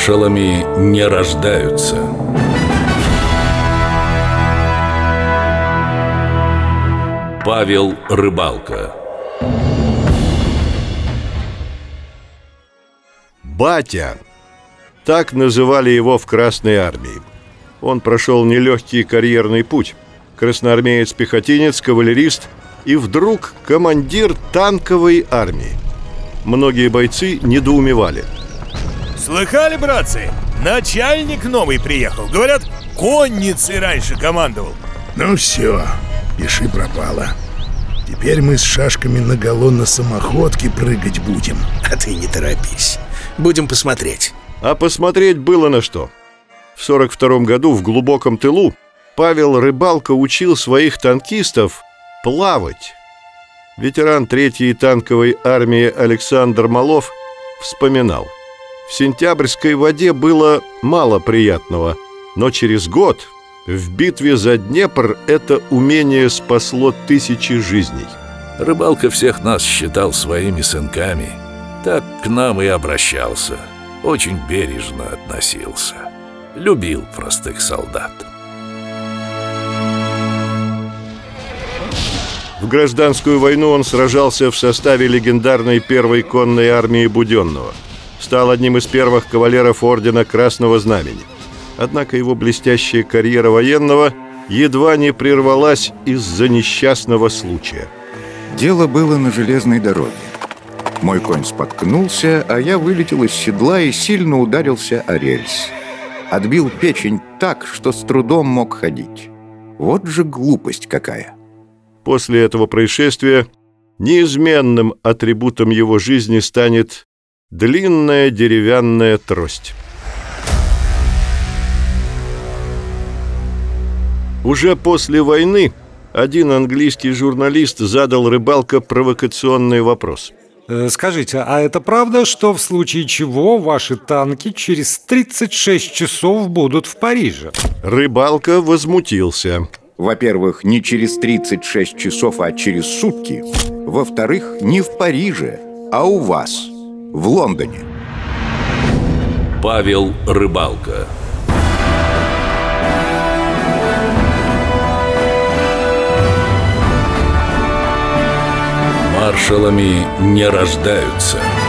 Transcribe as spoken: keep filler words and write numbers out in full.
Маршалами не рождаются. Павел Рыбалка. Батя. Так называли его в Красной армии. Он прошел нелегкий карьерный путь. Красноармеец-пехотинец, кавалерист и вдруг командир танковой армии. Многие бойцы недоумевали. Слыхали, братцы? Начальник новый приехал. Говорят, конницей раньше командовал. Ну все, пиши пропало. Теперь мы с шашками наголо на самоходке прыгать будем. А ты не торопись. Будем посмотреть. А посмотреть было на что. В сорок втором году в глубоком тылу Павел Рыбалка учил своих танкистов плавать. Ветеран третьей танковой армии Александр Малов вспоминал: в сентябрьской воде было мало приятного, но через год в битве за Днепр это умение спасло тысячи жизней. Рыбалка всех нас считал своими сынками. Так к нам и обращался. Очень бережно относился. Любил простых солдат. В гражданскую войну он сражался в составе легендарной первой конной армии Буденного. Стал одним из первых кавалеров ордена Красного Знамени. Однако его блестящая карьера военного едва не прервалась из-за несчастного случая. Дело было на железной дороге. Мой конь споткнулся, а я вылетел из седла и сильно ударился о рельс. Отбил печень так, что с трудом мог ходить. Вот же глупость какая! После этого происшествия неизменным атрибутом его жизни станет длинная деревянная трость. Уже после войны один английский журналист задал Рыбалка провокационный вопрос. Скажите, а это правда, что в случае чего ваши танки через тридцать шесть часов будут в Париже? Рыбалка возмутился. Во-первых, не через тридцать шесть часов, а через сутки. Во-вторых, не в Париже, а у вас, в Лондоне. Павел Рыбалка. Маршалами не рождаются.